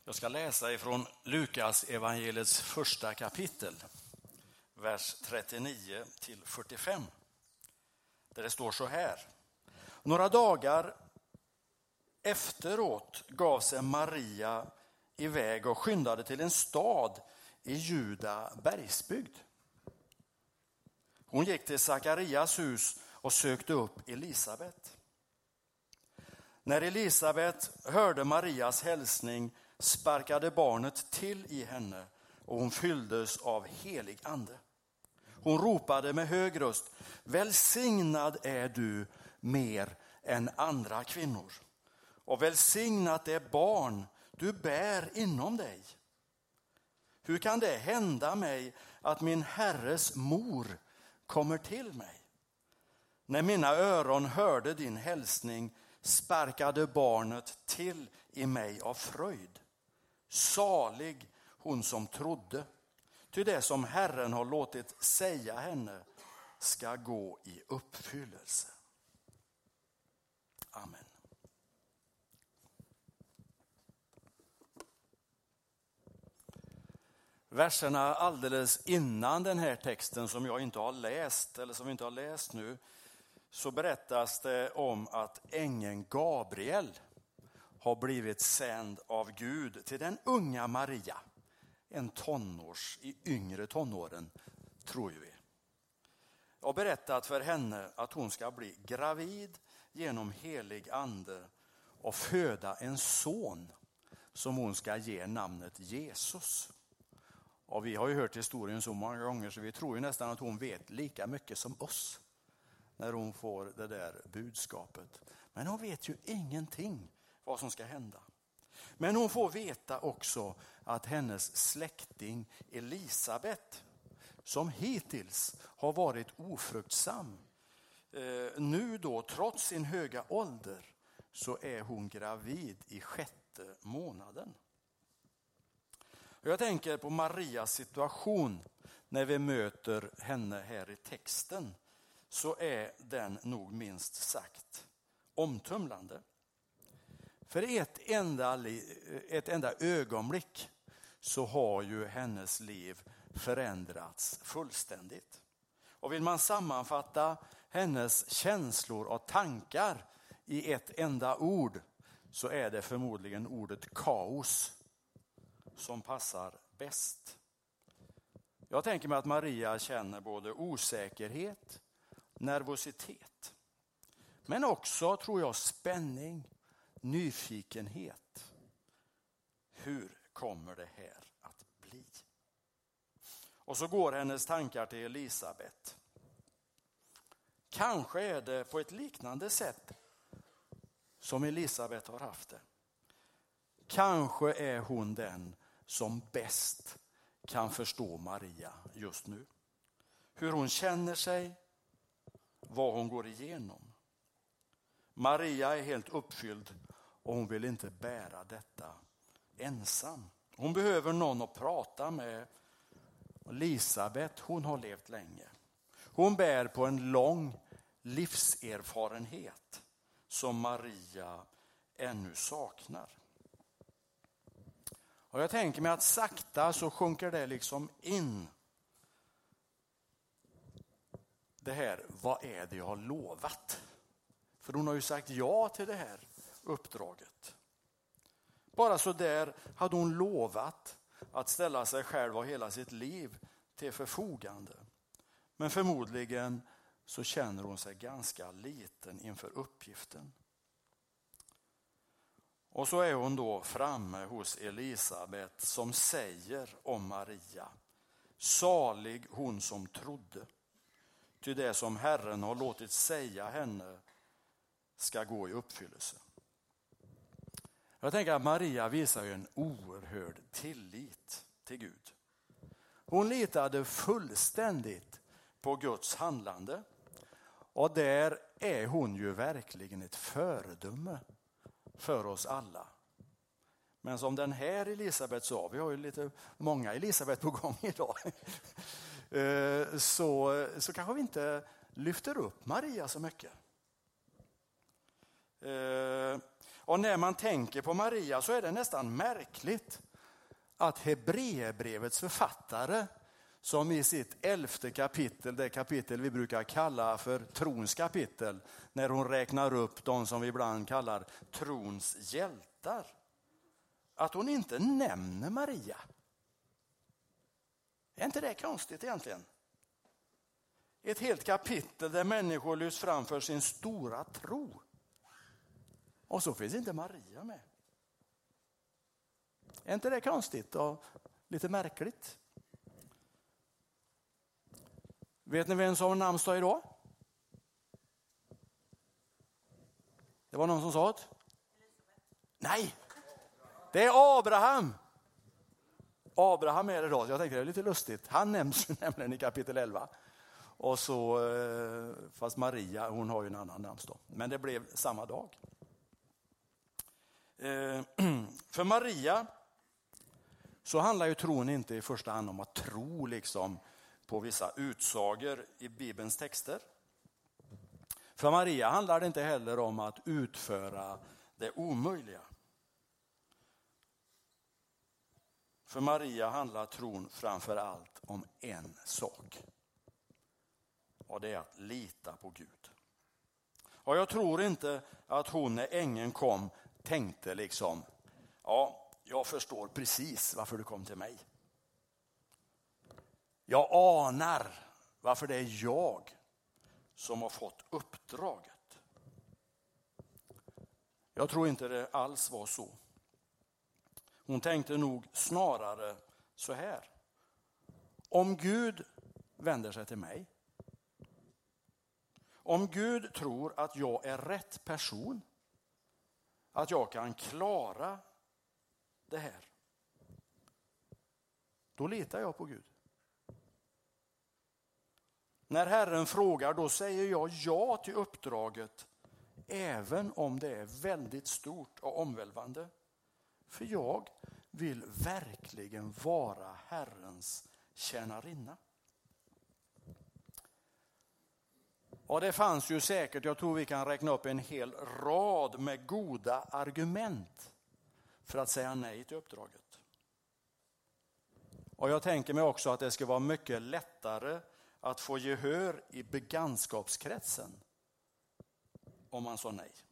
Jag ska läsa ifrån Lukas evangeliets första kapitel, vers 39 till 45. Där det står så här. Några dagar efteråt gav sig Maria iväg och skyndade till en stad i Juda bergsbygd. Hon gick till Sakarias hus och sökte upp Elisabet. När Elisabet hörde Marias hälsning sparkade barnet till i henne och hon fylldes av helig ande. Hon ropade med hög röst: välsignad är du mer än andra kvinnor, och välsignat är barn du bär inom dig. Hur kan det hända mig att min Herres mor kommer till mig? När mina öron hörde din hälsning sparkade barnet till i mig av fröjd. Salig hon som trodde, ty det som Herren har låtit säga henne ska gå i uppfyllelse. Amen. Verserna alldeles innan den här texten som jag inte har läst, eller som vi inte har läst nu, så berättas det om att ängeln Gabriel har blivit sänd av Gud till den unga Maria, en i yngre tonåren, tror vi. Och berättat för henne att hon ska bli gravid genom helig ande och föda en son som hon ska ge namnet Jesus. Och vi har ju hört historien så många gånger så vi tror ju nästan att hon vet lika mycket som oss när hon får det där budskapet. Men hon vet ju ingenting vad som ska hända. Men hon får veta också att hennes släkting Elisabet, som hittills har varit ofruktsam, nu då trots sin höga ålder så är hon gravid i 6:e månaden. Jag tänker på Marias situation när vi möter henne här i texten, så är den nog minst sagt omtumlande. För ett enda ögonblick så har ju hennes liv förändrats fullständigt. Och vill man sammanfatta hennes känslor och tankar i ett enda ord så är det förmodligen ordet kaos som passar bäst. Jag tänker mig att Maria känner både osäkerhet, nervositet, men också, tror jag, spänning, nyfikenhet. Hur kommer det här att bli? Och så går hennes tankar till Elisabet. Kanske är det på ett liknande sätt som Elisabet har haft det. Kanske är hon den som bäst kan förstå Maria just nu. Hur hon känner sig, vad hon går igenom. Maria är helt uppfylld och hon vill inte bära detta ensam. Hon behöver någon att prata med. Elisabet, hon har levt länge. Hon bär på en lång livserfarenhet som Maria ännu saknar. Och jag tänker mig att sakta så sjunker det liksom in. Det här, vad är det jag har lovat? För hon har ju sagt ja till det här uppdraget. Bara så där hade hon lovat att ställa sig själv och hela sitt liv till förfogande. Men förmodligen så känner hon sig ganska liten inför uppgiften. Och så är hon då framme hos Elisabet som säger om Maria: salig hon som trodde, ty det som Herren har låtit säga henne ska gå i uppfyllelse. Jag tänker att Maria visar ju en oerhörd tillit till Gud. Hon litade fullständigt på Guds handlande. Och där är hon ju verkligen ett föredöme för oss alla. Men som den här Elisabet sa, vi har ju lite många Elisabet på gång idag. Så kanske vi inte lyfter upp Maria så mycket. Och när man tänker på Maria så är det nästan märkligt att Hebreerbrevets författare, som i sitt 11:e kapitel, det kapitel vi brukar kalla för trons kapitel, när hon räknar upp de som vi ibland kallar trons hjältar, att hon inte nämner Maria. Är inte det konstigt egentligen? Ett helt kapitel där människor lyfts fram för sin stora tro. Och så finns inte Maria med. Är inte det konstigt och lite märkligt? Vet ni vem som har namnsdag idag? Det var någon som sa det? Nej, det är Abraham. Abraham är det då. Jag tänkte det är lite lustigt. Han nämns nämligen i kapitel 11. Och så, fast Maria, hon har ju en annan namnsdag. Men det blev samma dag. För Maria så handlar ju tron inte i första hand om att tro liksom på vissa utsagor i Bibelns texter. För Maria handlar det inte heller om att utföra det omöjliga. För Maria handlar tron framför allt om en sak. Och det är att lita på Gud. Och jag tror inte att hon när ängeln kom tänkte liksom, ja, jag förstår precis varför du kom till mig. Jag anar varför det är jag som har fått uppdraget. Jag tror inte det alls var så. Hon tänkte nog snarare så här. Om Gud vänder sig till mig, om Gud tror att jag är rätt person, att jag kan klara det här, då litar jag på Gud. När Herren frågar, då säger jag ja till uppdraget, även om det är väldigt stort och omvälvande. För jag vill verkligen vara Herrens tjänarinna. Och det fanns ju säkert, jag tror vi kan räkna upp en hel rad med goda argument för att säga nej till uppdraget. Och jag tänker mig också att det ska vara mycket lättare att få gehör i bekantskapskretsen om man sa nej.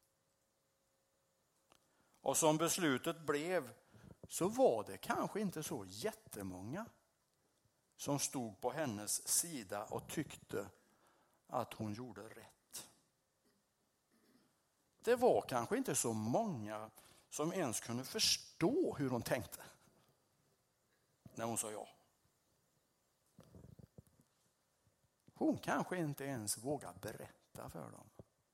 Och som beslutet blev så var det kanske inte så jättemånga som stod på hennes sida och tyckte att hon gjorde rätt. Det var kanske inte så många som ens kunde förstå hur hon tänkte när hon sa ja. Hon kanske inte ens vågar berätta för dem.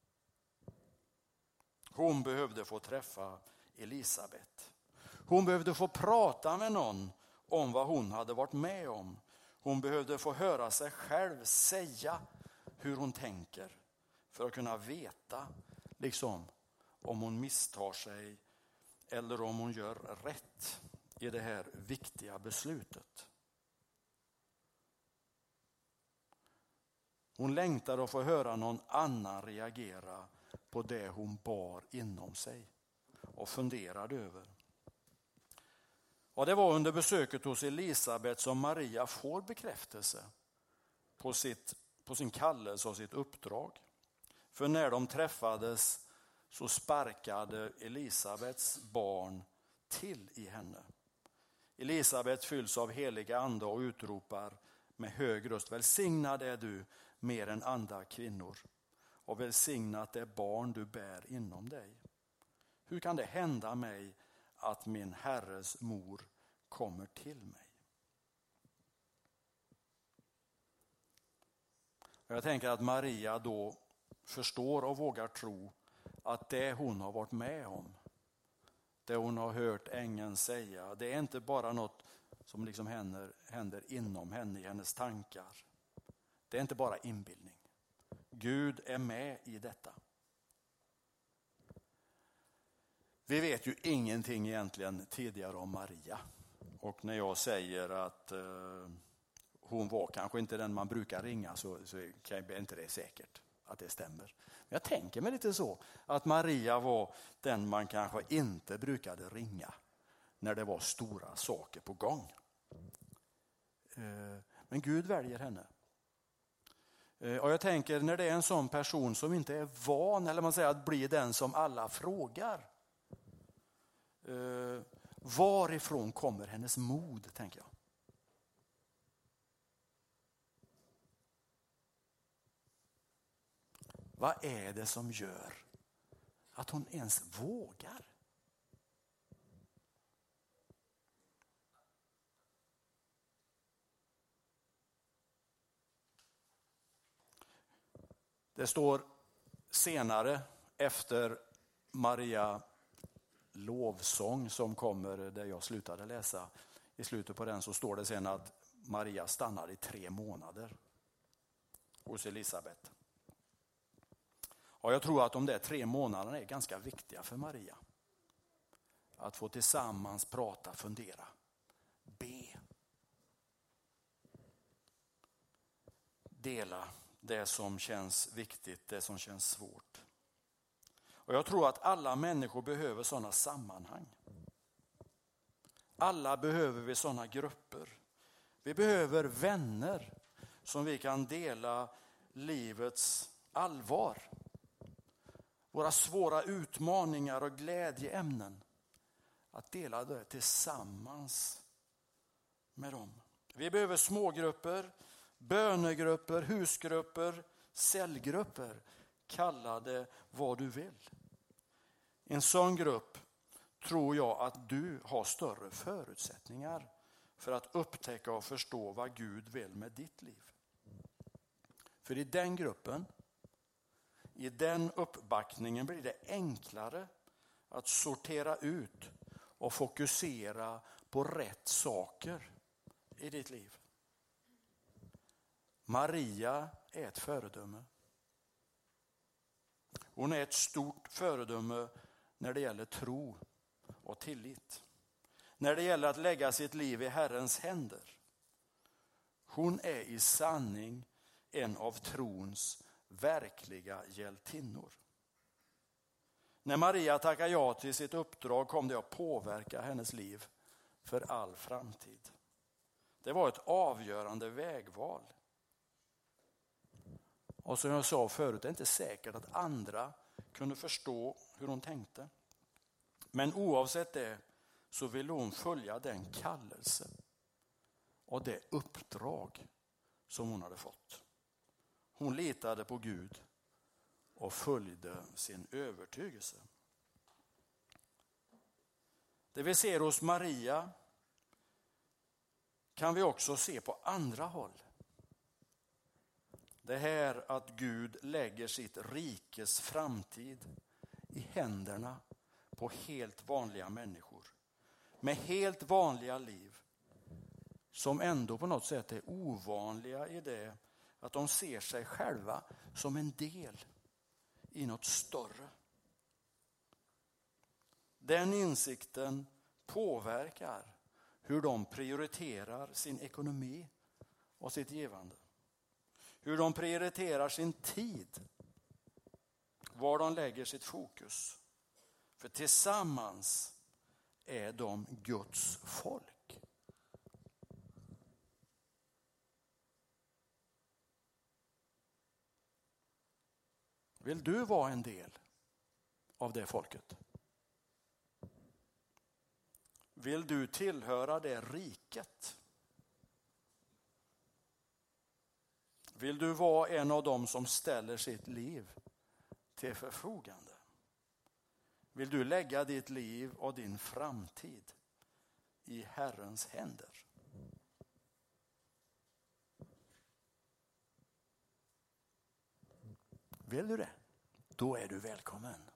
Hon behövde få träffa Elisabet. Hon behövde få prata med någon om vad hon hade varit med om. Hon behövde få höra sig själv säga hur hon tänker för att kunna veta liksom om hon misstar sig eller om hon gör rätt i det här viktiga beslutet. Hon längtade att få höra någon annan reagera på det hon bar inom sig och funderade över. Och det var under besöket hos Elisabet som Maria får bekräftelse på sin kallelse och sitt uppdrag. För när de träffades så sparkade Elisabets barn till i henne. Elisabet fylls av heliga ande och utropar med hög röst: välsignad är du mer än andra kvinnor, och välsignat är barn du bär inom dig. Hur kan det hända mig att min Herres mor kommer till mig? Jag tänker att Maria då förstår och vågar tro att det hon har varit med om, det hon har hört ängeln säga, det är inte bara något som liksom händer inom henne i hennes tankar. Det är inte bara inbildning. Gud är med i detta. Vi vet ju ingenting egentligen tidigare om Maria. Och när jag säger att hon var kanske inte den man brukar ringa så är inte det säkert. att det stämmer. Men jag tänker mig lite så att Maria var den man kanske inte brukade ringa när det var stora saker på gång. Men Gud väljer henne. Och jag tänker när det är en sån person som inte är van, eller man säger att bli den som alla frågar. Varifrån kommer hennes mod, tänker jag. Vad är det som gör att hon ens vågar? Det står senare efter Maria lovsång som kommer där jag slutade läsa. I slutet på den så står det sen att Maria stannar i 3 månader hos Elisabet. Och jag tror att de där 3 månaderna är ganska viktiga för Maria. Att få tillsammans prata, fundera, be. Dela det som känns viktigt, det som känns svårt. Och jag tror att alla människor behöver sådana sammanhang. Alla behöver vi sådana grupper. Vi behöver vänner som vi kan dela livets allvar. Våra svåra utmaningar och glädjeämnen. Att dela det tillsammans med dem. Vi behöver smågrupper, bönegrupper, husgrupper, cellgrupper. Kalla det vad du vill. I en sån grupp tror jag att du har större förutsättningar för att upptäcka och förstå vad Gud vill med ditt liv. För i den gruppen, i den uppbackningen blir det enklare att sortera ut och fokusera på rätt saker i ditt liv. Maria är ett föredöme. Hon är ett stort föredöme när det gäller tro och tillit. När det gäller att lägga sitt liv i Herrens händer. Hon är i sanning en av trons verkliga hjältinnor. När Maria tackade ja till sitt uppdrag kom det att påverka hennes liv för all framtid. Det var ett avgörande vägval. Och som jag sa förut, det är inte säkert att andra kunde förstå hur hon tänkte. Men oavsett det så ville hon följa den kallelse och det uppdrag som hon hade fått. Hon litade på Gud och följde sin övertygelse. Det vi ser hos Maria kan vi också se på andra håll. Det här att Gud lägger sitt rikes framtid i händerna på helt vanliga människor. Med helt vanliga liv. Som ändå på något sätt är ovanliga i det att de ser sig själva som en del i något större. Den insikten påverkar hur de prioriterar sin ekonomi och sitt givande. Hur de prioriterar sin tid. Var de lägger sitt fokus. För tillsammans är de Guds folk. Vill du vara en del av det folket? Vill du tillhöra det riket? Vill du vara en av dem som ställer sitt liv till förfogande? Vill du lägga ditt liv och din framtid i Herrens händer? Vill du det? Då är du välkommen.